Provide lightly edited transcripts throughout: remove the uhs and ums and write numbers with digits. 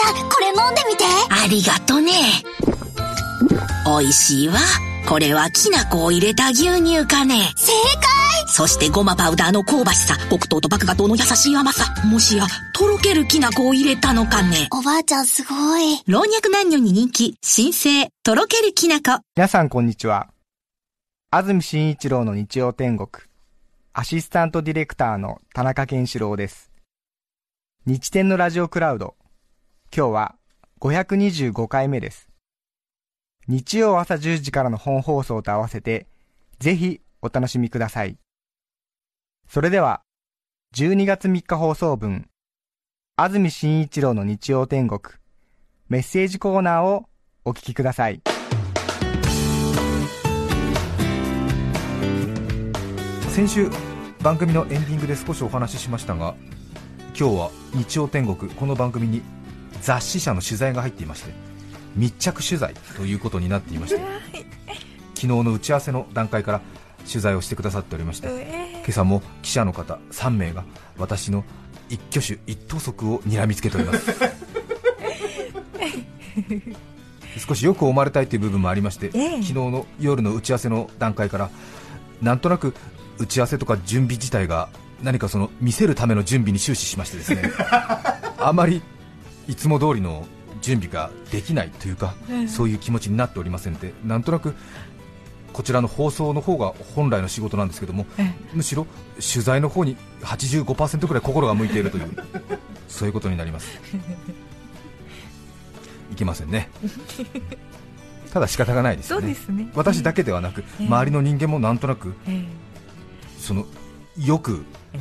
ゃん、これ飲んでみて。 ありがとね。おいしいわ。これはきな粉を入れた牛乳かね。 正解。 そしてごまパウダーの香ばしさ、黒糖と麦芽糖の優しい甘さ、もしやとろけるきな粉を入れたのかね。 おばあちゃんすごい。 老若男女に人気、新生とろけるきな粉。 皆さんこんにちは。安住紳一郎の日曜天国、アシスタントディレクターの田中健志郎です。日天のラジオクラウド、今日は525回目です。日曜朝10時からの本放送と合わせてぜひお楽しみください。それでは12月3日放送分、安住紳一郎の日曜天国メッセージコーナーをお聞きください。 先週番組のエンディングで少しお話ししましたが、今日は日曜天国、この番組に雑誌社の取材が入っていまして、密着取材ということになっていまして、昨日の打ち合わせの段階から取材をしてくださっておりまして、今朝も記者の方3名が私の一挙手一投足を睨みつけております少しよく思われたいという部分もありまして、昨日の夜の打ち合わせの段階からなんとなく打ち合わせとか準備自体が何かその見せるための準備に終始しましてですねあまりいつも通りの準備ができないというか、そういう気持ちになっておりませんで、なんとなくこちらの放送の方が本来の仕事なんですけども、むしろ取材の方に 85% くらい心が向いているというそういうことになりますいけませんねただ仕方がないですよね。 そうですね。 私だけではなく、周りの人間もなんとなく、そのよく、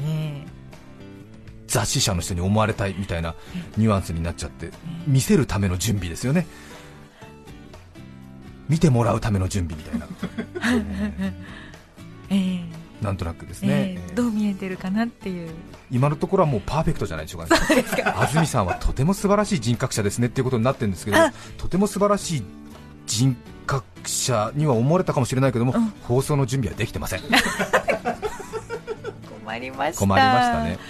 雑誌社の人に思われたいみたいなニュアンスになっちゃって、見せるための準備ですよね。見てもらうための準備みたいな、なんとなくですね、 どう見えてるかなっていう。 今のところはもうパーフェクトじゃないでしょうかね。安住さんはとても素晴らしい人格者ですねっていうことになってるんですけど、とても素晴らしい人格者には思われたかもしれないけども、放送の準備はできてません困りました。 困りましたね。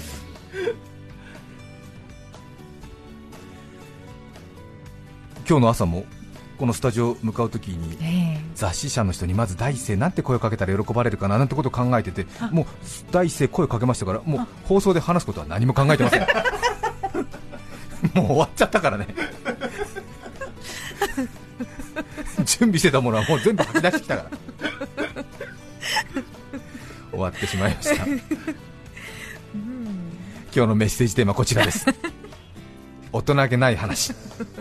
今日の朝もこのスタジオ向かうときに、雑誌社の人にまず第一声なんて声をかけたら喜ばれるかななんてことを考えてて、もう第一声声をかけましたから、もう放送で話すことは何も考えてませんもう終わっちゃったからね準備してたものはもう全部吐き出してきたから終わってしまいました今日のメッセージテーマはこちらです大人げない話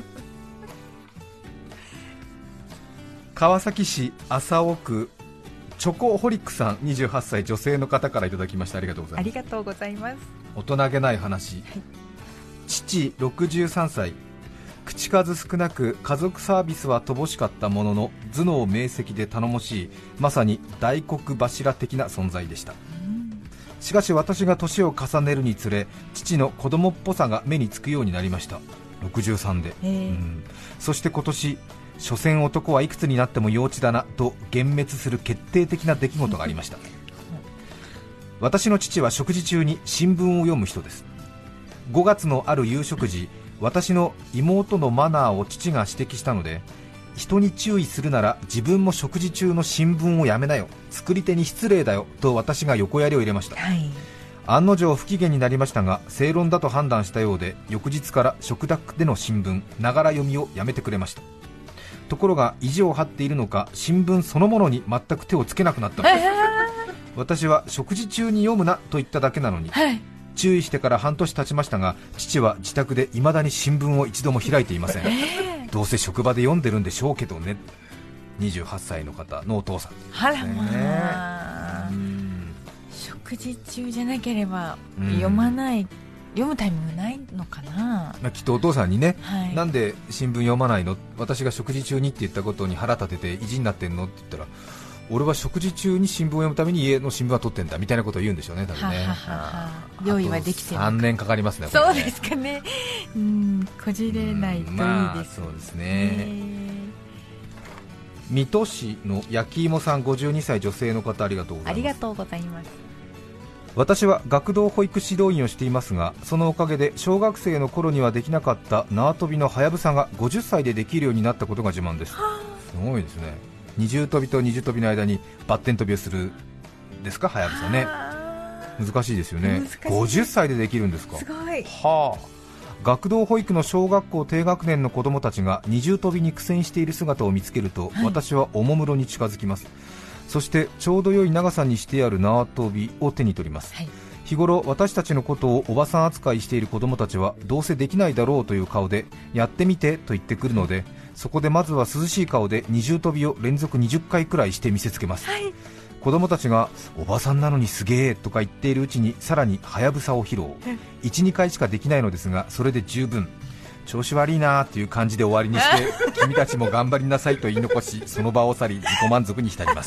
川崎市麻生区チョコホリックさん28歳女性の方からいただきました。ありがとうございます。 ありがとうございます。 大人げない話、父63歳、口数少なく家族サービスは乏しかったものの頭脳明晰で頼もしい、まさに大黒柱的な存在でした。しかし私が年を重ねるにつれ、父の子供っぽさが目につくようになりました。63で、そして今年、所詮男はいくつになっても幼稚だなと幻滅する決定的な出来事がありました私の父は食事中に新聞を読む人です。5月のある夕食時、私の妹のマナーを父が指摘したので、人に注意するなら自分も食事中の新聞をやめなよ、作り手に失礼だよと私が横やりを入れました、案の定不機嫌になりましたが、正論だと判断したようで、翌日から食卓での新聞ながら読みをやめてくれました。ところが意地を張っているのか、新聞そのものに全く手をつけなくなったのです私は食事中に読むなと言っただけなのに、注意してから半年経ちましたが、父は自宅で未だに新聞を一度も開いていません、どうせ職場で読んでるんでしょうけどね。28歳の方のお父さん、 あらまあ、食事中じゃなければ読まない、読むタイミングないのかな、 きっとお父さんにね、なんで新聞読まないの、私が食事中にって言ったことに腹立てて意地になってんのって言ったら、俺は食事中に新聞を読むために家の新聞は取ってんだみたいなことを言うんでしょうね、多分ね。 用意はできてる。 3年かかりますね、 そうですかね。こじれないといいです、 そうですね。水戸市の焼き芋さん52歳女性の方、ありがとうございます。 ありがとうございます。 私は学童保育指導員をしていますが、そのおかげで小学生の頃にはできなかった縄跳びのはやぶさが50歳でできるようになったことが自慢です。すごいですね。二重跳びと二重跳びの間にバッテン跳びをするですか、はやぶさね。難しいですよね。50歳でできるんですか。 すごい。 はあ。学童保育の小学校低学年の子どもたちが二重跳びに苦戦している姿を見つけると、私はおもむろに近づきます。そしてちょうど良い長さにしてある縄跳びを手に取ります。日頃私たちのことをおばさん扱いしている子どもたちはどうせできないだろうという顔でやってみてと言ってくるので、そこでまずは涼しい顔で二重跳びを連続20回くらいして見せつけます。子供たちがおばさんなのにすげーとか言っているうちにさらにはやぶさを披露。 1,2 回しかできないのですがそれで十分。調子悪いなーという感じで終わりにして君たちも頑張りなさいと言い残し、その場を去り自己満足に浸ります。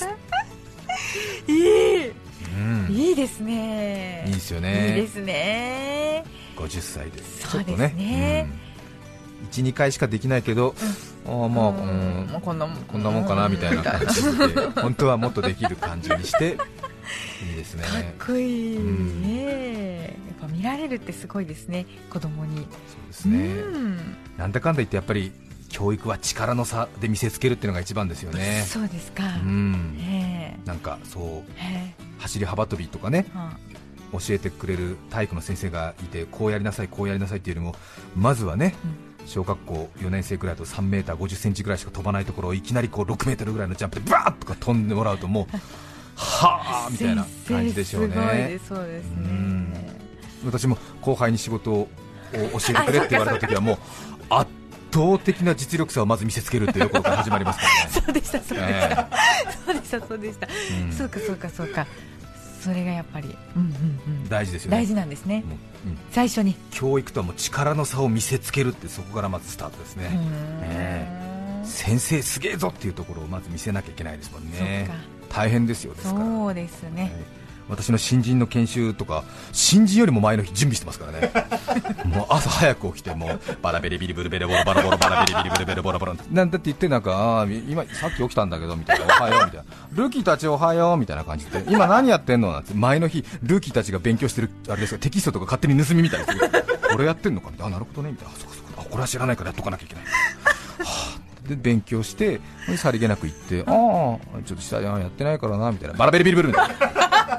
いいですね。 いいですよね。 いいですね。 50歳でそうですね。 1、2回しかできないけど、こんなもんかなみたいな感じで本当はもっとできる感じにしていいですね。 かっこいいね。やっぱ見られるってすごいですね、子供に。 そうですね。なんだかんだ言ってやっぱり教育は力の差で見せつけるっていうのが一番ですよね。 そうですか。 なんかそう走り幅跳びとかね、教えてくれる体育の先生がいて、こうやりなさいこうやりなさいっていうよりも、まずはね、小学校4年生くらいだと3メーター50センチぐらいしか飛ばないところをいきなりこう6メートルぐらいのジャンプでバーッとか飛んでもらうと、もうはぁみたいな感じでしょうね。 すごいです。そうですね。 私も後輩に仕事を教えてくれって言われた時はもう圧倒的な実力差をまず見せつけるっていうところから始まりますからね。 そうでしたそうでした、そうかそれがやっぱり、 大事ですよね。 大事なんですね。最初に教育とはもう力の差を見せつけるって、そこからまずスタートですね。先生すげえぞっていうところをまず見せなきゃいけないですもんね。大変ですよ。ですからそうですね。 私の新人の研修とか新人よりも前の日準備してますからね。もう朝早く起きて、もうバラベリビリブルベレボロバラボロバラベリビリブルベレボロボロなんだって言って、なんか今さっき起きたんだけどみたいな、おはようみたいな、ルーキーたちおはようみたいな感じで、今何やってんのなんて、前の日ルーキーたちが勉強してるあれですが、テキストとか勝手に盗み見たりする。これやってんのかみたいな、なるほどねみたいな、そここれは知らないからやっとかなきゃいけない。で勉強してさりげなく言って、ちょっと下やってないからなみたいな、バラベリビリブルみたいな。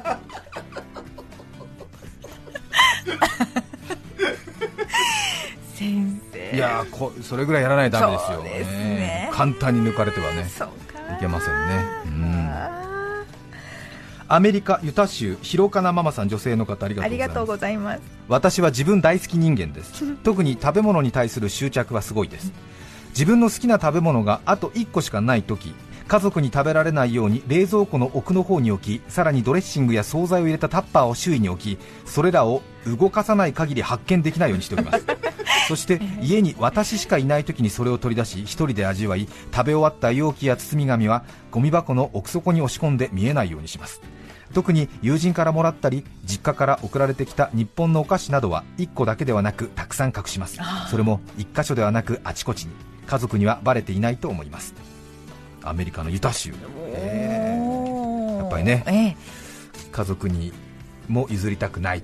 先生、 いやそれぐらいやらないとダメですよ。 そうですね。 簡単に抜かれてはねいけませんね。アメリカユタ州、広かなママさん、女性の方、ありがとうございます。私は自分大好き人間です。特に食べ物に対する執着はすごいです。自分の好きな食べ物があと1個しかないとき、家族に食べられないように冷蔵庫の奥の方に置き、さらにドレッシングや惣菜を入れたタッパーを周囲に置き、それらを動かさない限り発見できないようにしております。そして家に私しかいないときにそれを取り出し、一人で味わい、食べ終わった容器や包み紙はゴミ箱の奥底に押し込んで見えないようにします。特に友人からもらったり実家から送られてきた日本のお菓子などは1個だけではなくたくさん隠します。それも1箇所ではなくあちこちに。家族にはバレていないと思います。アメリカのユタ州、やっぱりね、家族にも譲りたくない、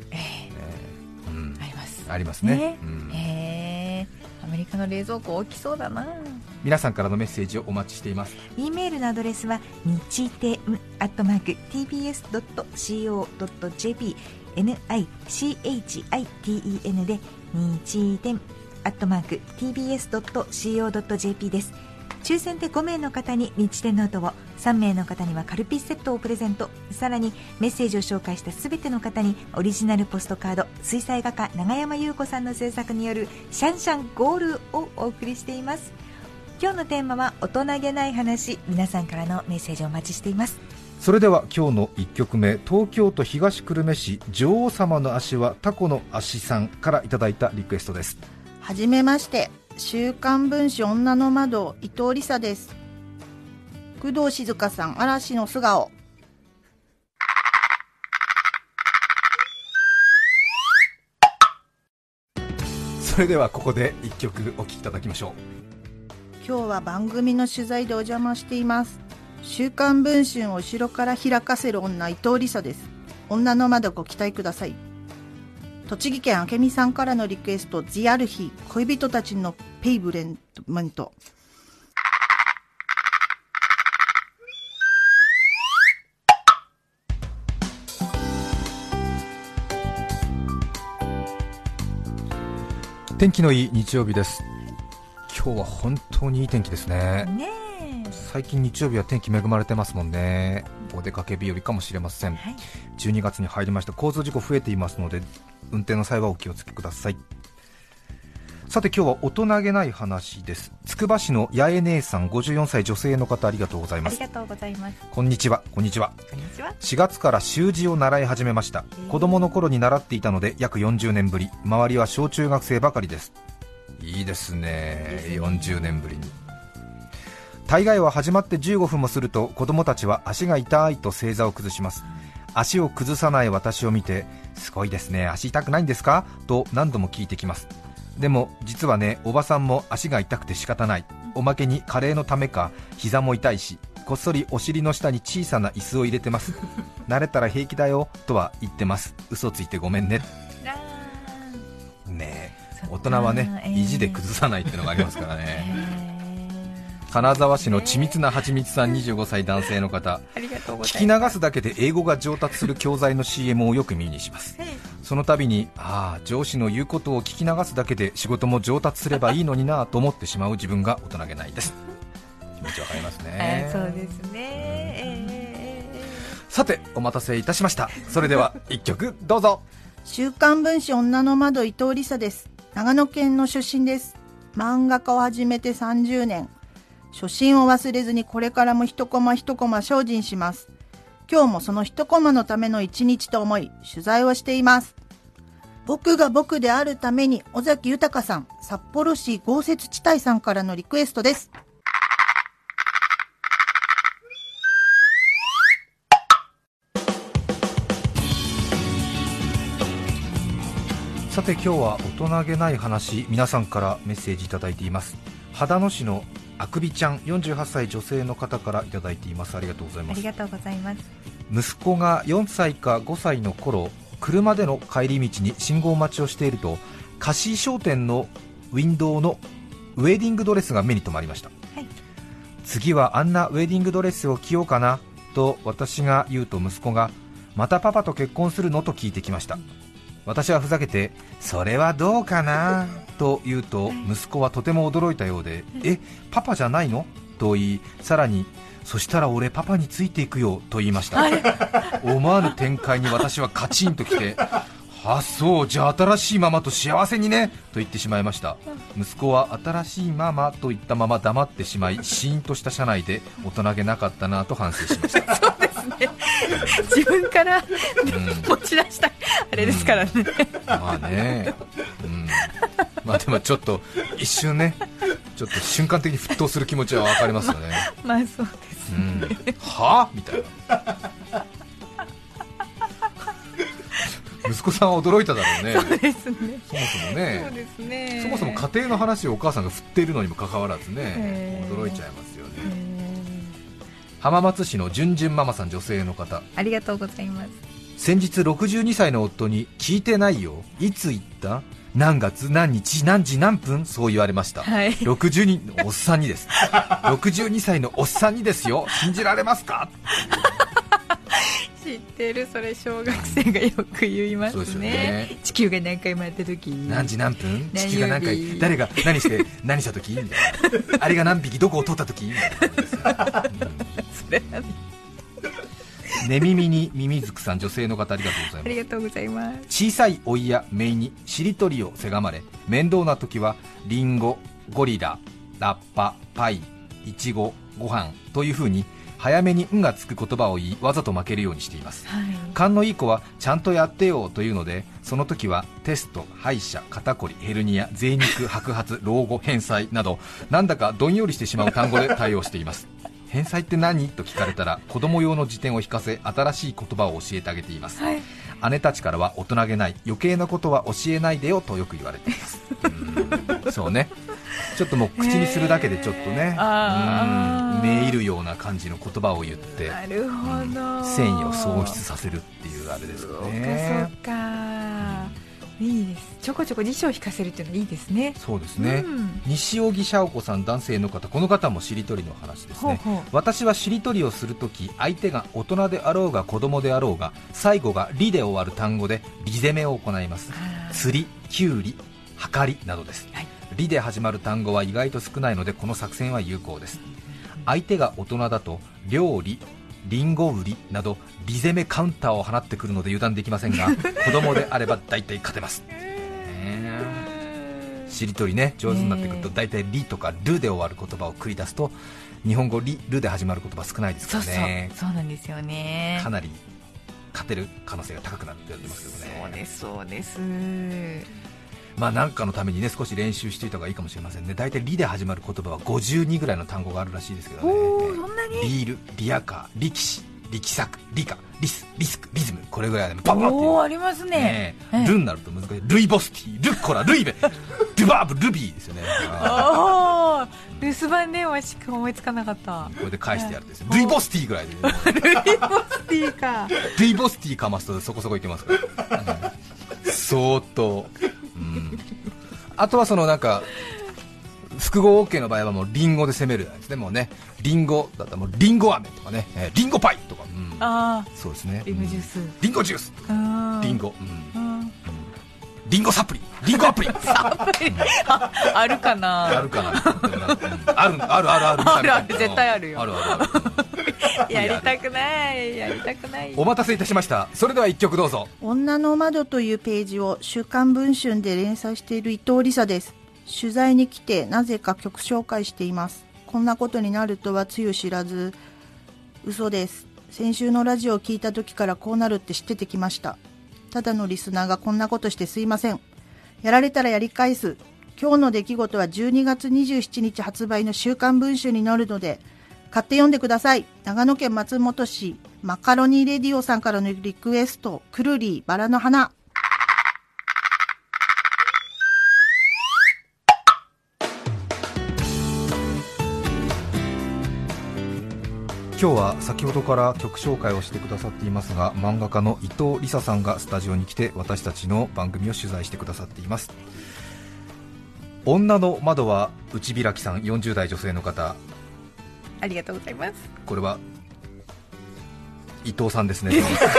ありますね。 アメリカの冷蔵庫大きそうだな。 皆さんからのメッセージをお待ちしています。 E メールのアドレスは日天@tbs.co.jp NICHITEN で日天@tbs.co.jp です。抽選で5名の方に日天ノートを、3名の方にはカルピスセットをプレゼント。さらにメッセージを紹介したすべての方にオリジナルポストカード、水彩画家永山優子さんの制作によるシャンシャンゴールをお送りしています。今日のテーマは大人げない話。皆さんからのメッセージをお待ちしています。 それでは今日の1曲目、東京都東久留米市女王様の足はタコの足さんからいただいたリクエストです。 はじめまして、週刊文春女の窓、伊藤理沙です。工藤静香さん、嵐の素顔。 それではここで1曲お聴きいただきましょう。 今日は番組の取材でお邪魔しています。週刊文春を後ろから開かせる女、伊藤理沙です。 女の窓ご期待ください。栃木県あけみさんからのリクエスト、The ある日、恋人たちのペイブレント。 天気のいい日曜日です。今日は本当にいい天気ですね。最近日曜日は天気恵まれてますもんね。お出かけ日和かもしれません、はい、12月に入りました。交通事故増えていますので運転の際はお気をつけください。さて今日は大人げない話です。つくば市の八重姉さん54歳女性の方、ありがとうございます。 ありがとうございます。 こんにちは。4月から習字を習い始めました。子供の頃に習っていたので約40年ぶり。周りは小中学生ばかりです。いいですね、40年ぶりに。大概は始まって15分もすると子供たちは足が痛いと正座を崩します。足を崩さない私を見て、すごいですね、足痛くないんですかと何度も聞いてきます。でも実はね、おばさんも足が痛くて仕方ない。おまけに加齢のためか膝も痛いし、こっそりお尻の下に小さな椅子を入れてます。慣れたら平気だよとは言ってます。嘘ついてごめんね。ねえ、大人はね、意地で崩さないっていうのがありますからね。金沢市の緻密なはちみつさん25歳男性の方、聞き流すだけで英語が上達する教材の CM をよく耳にします。その度に、上司の言うことを聞き流すだけで仕事も上達すればいいのになと思ってしまう自分が大人げないです。気持ちわかりますね。 そうですね、 さてお待たせいたしました。それでは一曲どうぞ。 週刊文春女の窓、伊藤理沙です。長野県の出身です。漫画家を始めて30年。初心を忘れずにこれからも一コマ一コマ精進します。今日もその一コマのための一日と思い取材をしています。僕が僕であるために、尾崎豊さん、札幌市豪雪地帯さんからのリクエストです。 さて今日は大人げない話、皆さんからメッセージいただいています。秦野市のあくびちゃん48歳女性の方からいただいています。ありがとうございます。 ありがとうございます。 息子が4歳か5歳の頃、車での帰り道に信号待ちをしていると、貸衣商店のウィンドウのウェディングドレスが目に留まりました、はい、次はあんなウェディングドレスを着ようかなと私が言うと、息子がまたパパと結婚するのと聞いてきました。私はふざけて、それはどうかなと言うと、息子はとても驚いたようで、パパじゃないのと言い、さらに、そしたら俺パパについていくよと言いました。思わぬ展開に私はカチンときて、そう、じゃあ新しいママと幸せにねと言ってしまいました。息子は新しいママと言ったまま黙ってしまい、シーンとした車内で大人げなかったなと反省しました。 そうですね、自分から、持ち出したあれですからね、 まあね、まあでもちょっと一瞬ね、ちょっと瞬間的に沸騰する気持ちは分かりますよね。 まあそうですね、 はぁみたいな。息子さんは驚いただろうね。 そうですね、 そもそもね、 そうですね、 そもそも家庭の話をお母さんが振っているのにもかかわらずね、驚いちゃいますよね。浜松市のじゅんじゅんママさん女性の方、 ありがとうございます。 先日62歳の夫に、聞いてないよ、いつ言った、何月何日何時何分、そう言われました、はい、62のおっさんにです62歳のおっさんにですよ、信じられますか。 知ってる、それ小学生がよく言います ね。地球が何回回った時、 何時何分、地球が何回、誰が何して何した時みたいなあれが何匹どこを取った時みたいなですよ、 それはね。 寝耳にミミズクさん女性の方、ありがとうございます。 ありがとうございます。 小さい甥や姪にしりとりをせがまれ、面倒な時はリンゴ、ゴリラ、ラッパ、パイ、イチゴ、ご飯という風に早めに「ん」がつく言葉を言い、わざと負けるようにしています、はい、勘のいい子はちゃんとやってよというので、その時はテスト、歯医者、肩こり、ヘルニア、贅肉、白髪、老後、返済など、なんだかどんよりしてしまう単語で対応しています返済って何と聞かれたら、子供用の辞典を引かせ、新しい言葉を教えてあげています、はい、姉たちからは大人げない、余計なことは教えないでよとよく言われていますそうね、 ちょっともう口にするだけでちょっとね、めいるような感じの言葉を言って、 なるほど、 繊維を喪失させるっていうあれですかね。 そうか、いいです。ちょこちょこ辞書を引かせるっていうのはいいですね。 そうですね、西荻シャオコさん、男性の方、この方もしりとりの話ですね。 ほうほう。 私はしりとりをするとき、相手が大人であろうが子供であろうが、最後がりで終わる単語でり攻めを行います。釣り、きゅうり、はかりなどです。りで始まる単語は意外と少ないので、この作戦は有効です。相手が大人だと料理、リンゴ売りなどリ攻めカウンターを放ってくるので油断できませんが、子供であれば大体勝てます。しりとりね、上手になってくると大体リとかルで終わる言葉を繰り出すと、日本語リルで始まる言葉少ないですからね。 そうなんですよね。 かなり勝てる可能性が高くなってやってますけどね。 そうですそうです。 まあなんかのためにね、少し練習していた方がいいかもしれませんね。大体リで始まる言葉は52ぐらいの単語があるらしいですけどね。 そんなに？ リール、リアカー、力士、力作、理科、リス、リスク、リズム、これぐらいでババってありますね。 ルになると難しい。ルイボスティー、ルッコラ、ルイベ、ルバーブ、ルビーですよね。 留守番電話しか思いつかなかった。 これで返してやるんですよ。ルイボスティーぐらいで、 ルイボスティーか。 ルイボスティーかますとそこそこいけますから、相当、あとはそのなんか複合 OK の場合はもうリンゴで攻めるやつでもね、リンゴだったらもうリンゴ飴とかね、リンゴパイとか、そうですね、 リンゴジュース、 リンゴジュース、リンゴ、リンゴサプリ、リンゴアプリサプリ、あるかな、 あるかな、あるあるあるあるある、絶対あるよ、 あるあるやりたくない、やりたくない。 お待たせいたしました。それでは一曲どうぞ。 女の窓というページを週刊文春で連載している伊藤理沙です。取材に来てなぜか曲紹介しています。こんなことになるとはつゆ知らず、嘘です。先週のラジオを聞いた時からこうなるって知っててきました。ただのリスナーがこんなことしてすいません。やられたらやり返す。今日の出来事は12月27日発売の週刊文春に載るので買って読んでください。長野県松本市マカロニレディオさんからのリクエスト、くるりバラの花。 今日は先ほどから曲紹介をしてくださっていますが、漫画家の伊藤理沙さんがスタジオに来て私たちの番組を取材してくださっています。女の窓は内開きさん、40代女性の方、 ありがとうございます。 これは伊藤さんですね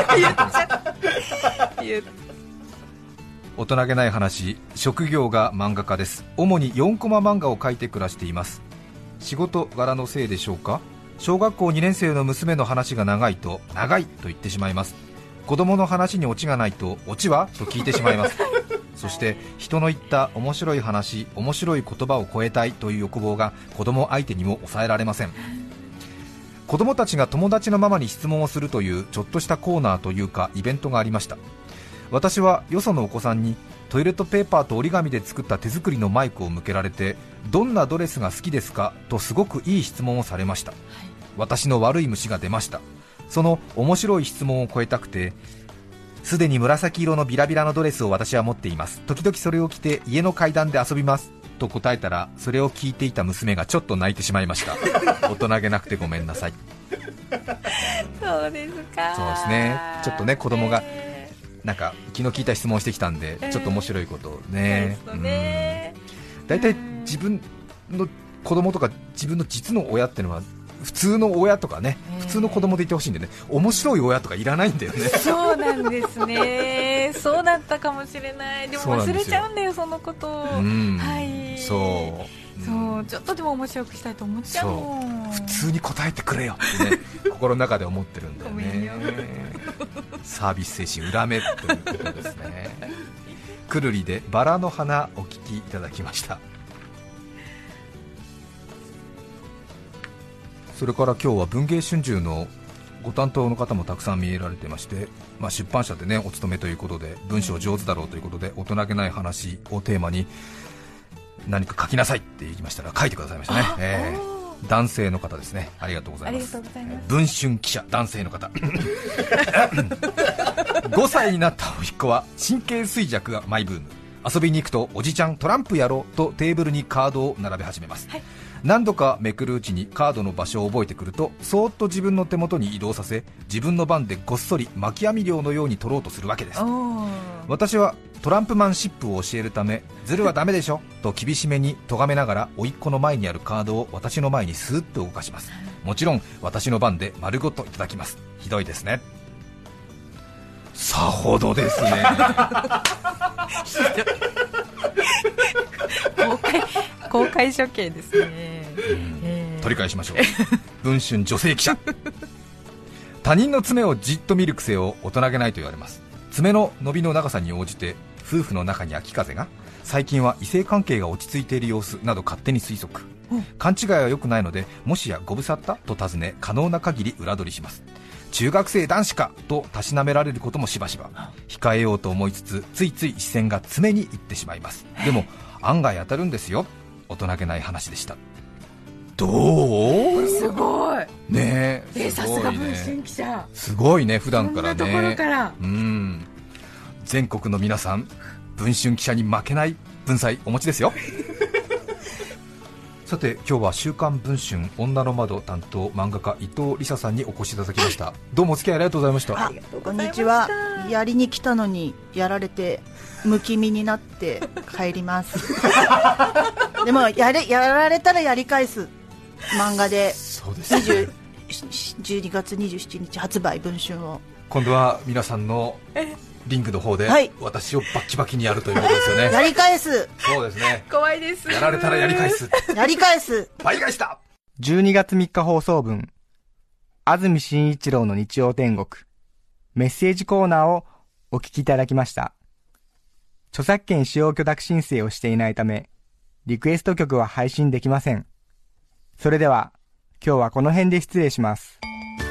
大人げない話、職業が漫画家です。主に4コマ漫画を描いて暮らしています。仕事柄のせいでしょうか、小学校2年生の娘の話が長いと長いと言ってしまいます。子供の話にオチがないとオチはと聞いてしまいますそして人の言った面白い話、面白い言葉を超えたいという欲望が子供相手にも抑えられません。子供たちが友達のママに質問をするというちょっとしたコーナーというかイベントがありました。私はよそのお子さんにトイレットペーパーと折り紙で作った手作りのマイクを向けられて、どんなドレスが好きですかとすごくいい質問をされました。私の悪い虫が出ました。その面白い質問を超えたくて、すでに紫色のビラビラのドレスを私は持っています。時々それを着て家の階段で遊びますと答えたら、それを聞いていた娘がちょっと泣いてしまいました大人げなくてごめんなさいそうですか。 そうですね、ちょっとね、子供がなんか気の利いた質問をしてきたんで、ちょっと面白いことをね、だいたい自分の子供とか自分の実の親っていうのは普通の親とかね、普通の子供でいてほしいんでね、面白い親とかいらないんだよね。 そうなんですねそうだったかもしれない。でも忘れちゃうんだよ、そのことを。はい、そうちょっとでも面白くしたいと思っちゃうもん。 普通に答えてくれよってね心の中で思ってるんだよねサービス精神裏目ということですねくるりでバラの花お聞きいただきました。それから今日は文藝春秋のご担当の方もたくさん見えられてまして、出版社でねお勤めということで文章上手だろうということで、大人げない話をテーマに何か書きなさいって言いましたら書いてくださいましたね。男性の方ですね。ありがとうございます。文春記者男性の方5歳になった甥っ子は神経衰弱がマイブーム。 遊びに行くとおじちゃんトランプやろうとテーブルにカードを並べ始めます、何度かめくるうちにカードの場所を覚えてくると、そーっと自分の手元に移動させ、自分の番でごっそり巻き網漁のように取ろうとするわけです。私はトランプマンシップを教えるため、ズルはダメでしょと厳しめに咎めながら、甥っ子の前にあるカードを私の前にスーッと動かします。もちろん私の番で丸ごといただきます。ひどいですね。さほどですね。 公開処刑ですね。 取り返しましょう。文春女性記者。他人の爪をじっと見る癖を大人げないと言われます。爪の伸びの長さに応じて夫婦の中に秋風が、最近は異性関係が落ち着いている様子など勝手に推測、勘違いは良くないので、もしやご無沙汰と尋ね、可能な限り裏取りします。中学生男子かとたしなめられることもしばしば、控えようと思いつつついつい視線が爪に行ってしまいます。でも案外当たるんですよ。大人げない話でした。どう？ すごいねえ、 さすが文春記者、 すごいね、普段からね。 そんなところから、 全国の皆さん、文春記者に負けない文才お持ちですよ。さて今日は週刊文春女の窓担当漫画家伊藤理沙さんにお越しいただきました。どうもお付き合いありがとうございました。 こんにちは。やりに来たのにやられてむき身になって帰ります。でもやられたらやり返す漫画で、 そうですね、 12月27日発売文春を。 今度は皆さんのリングの方で、私をバッキバキにやるということですよね。 やり返す。 そうですね。 怖いです。 やられたらやり返す。 やり返す。 倍返しだ。 12月3日放送分、安住紳一郎の日曜天国、メッセージコーナーをお聞きいただきました。著作権使用許諾申請をしていないため、リクエスト曲は配信できません。それでは、今日はこの辺で失礼します。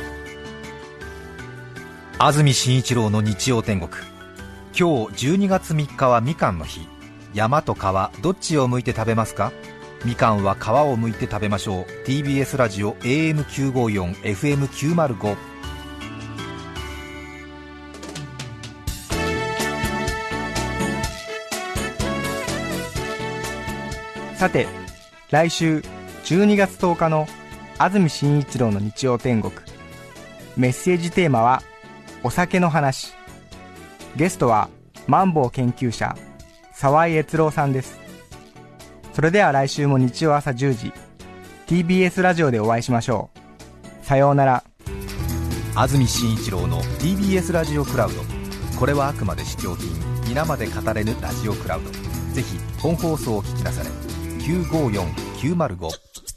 安住紳一郎の日曜天国。今日12月3日はみかんの日。山と川どっちを向いて食べますか？みかんは皮を向いて食べましょう。 TBS ラジオ AM954 FM905。 さて、来週12月10日の安住紳一郎の日曜天国、メッセージテーマはお酒の話。ゲストはマンボウ研究者沢井悦郎さんです。それでは来週も日曜朝10時 TBS ラジオでお会いしましょう。さようなら。 安住紳一郎の TBS ラジオクラウド。これはあくまで試供品、皆まで語れぬラジオクラウド。ぜひ本放送を聞きなされ。954905。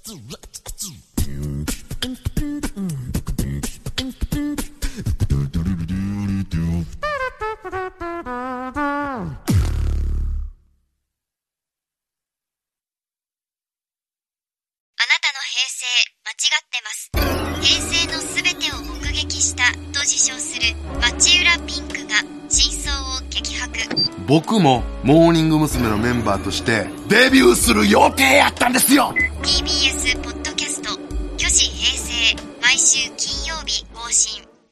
平成のすべてを目撃したと自称する町浦ピンクが真相を激白。 僕もモーニング娘。のメンバーとしてデビューする予定やったんですよ。 TBS ポッドキャスト、虚子平成、毎週金曜日更新。